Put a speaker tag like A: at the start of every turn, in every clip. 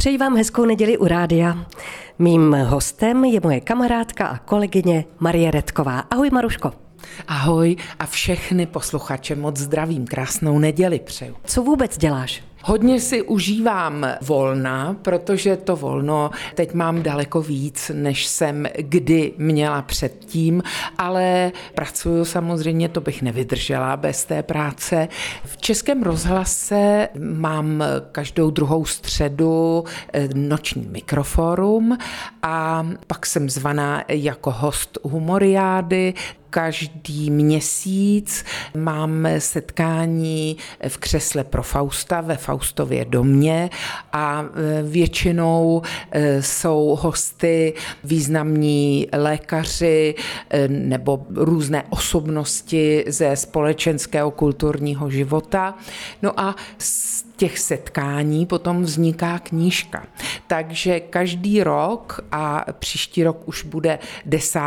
A: Přeji vám hezkou neděli u rádia. Mým hostem je moje kamarádka a kolegyně Marie Redková. Ahoj, Maruško.
B: Ahoj a všechny posluchače moc zdravím, krásnou neděli přeju.
A: Co vůbec děláš?
B: Hodně si užívám volna, protože to volno teď mám daleko víc, než jsem kdy měla předtím, ale pracuju samozřejmě, to bych nevydržela bez té práce. V Českém rozhlase mám každou druhou středu noční mikroforum a pak jsem zvaná jako host Humoriády. Každý měsíc máme setkání v křesle pro Fausta ve Faustově domě a většinou jsou hosty významní lékaři nebo různé osobnosti ze společenského kulturního života. No a z těch setkání potom vzniká knížka. Takže každý rok, a příští rok už bude 10.,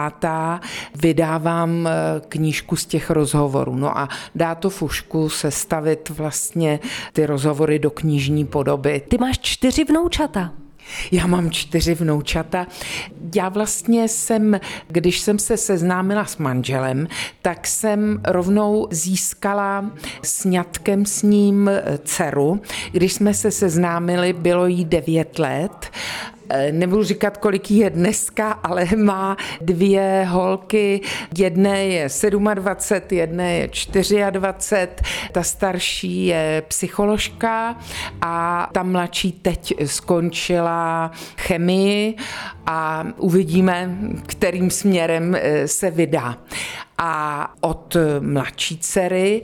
B: vydávám knížku z těch rozhovorů. No a dá to fušku sestavit vlastně ty rozhovory do knižní podoby.
A: Ty máš 4 vnoučata.
B: Já mám 4 vnoučata. Já vlastně když jsem se seznámila s manželem, tak jsem rovnou získala sňatkem s ním dceru. Když jsme se seznámili, bylo jí 9 let. Nebudu říkat, kolik jí je dneska, ale má 2 holky. Jedné je 27, jedné je 24. Ta starší je psycholožka a ta mladší teď skončila chemii a uvidíme, kterým směrem se vydá. A od mladší dcery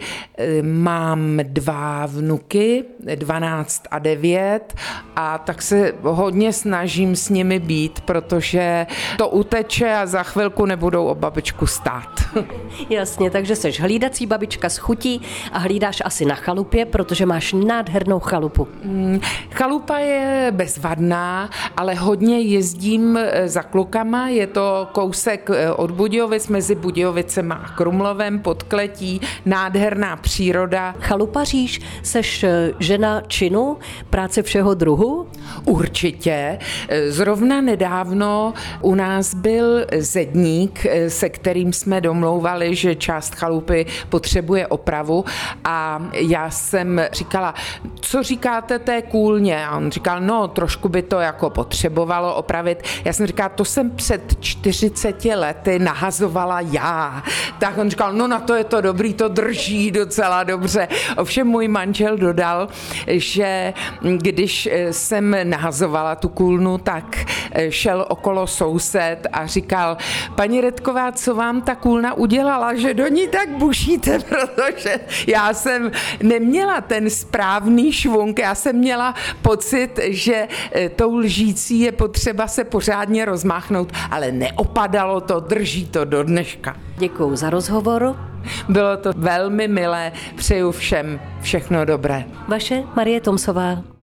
B: mám 2 vnuky, 12 a 9, a tak se hodně snažím s nimi být, protože to uteče a za chvilku nebudou o babičku stát.
A: Jasně, takže seš hlídací babička s chutí a hlídáš asi na chalupě, protože máš nádhernou chalupu.
B: Chalupa je bezvadná, ale hodně jezdím za klukama, je to kousek od Budějovic, mezi Budějovicem a Krumlovem, Podkletí, nádherná příroda.
A: Chalupaříš, seš žena činu, práce všeho druhu?
B: Určitě. Zrovna nedávno u nás byl zedník, se kterým jsme domlouvali, že část chalupy potřebuje opravu, a já jsem říkala, co říkáte té kůlně? A on říkal, no trošku by to jako potřebovalo opravit. Já jsem říkala, to jsem před 40 lety nahazovala já. Tak on říkal, no na to je to dobrý, to drží docela dobře. Ovšem můj manžel dodal, že když jsem nahazovala tu kůlnu, tak šel okolo soused a říkal, paní Redková, co vám ta kůlna udělala, že do ní tak bušíte, protože já jsem neměla ten správný švunk, já jsem měla pocit, že tou lžící je potřeba se pořádně rozmáchnout, ale neopadalo to, drží to do dneška.
A: Děkuju za rozhovor.
B: Bylo to velmi milé, přeju všem všechno dobré.
A: Vaše Marie Tomsová.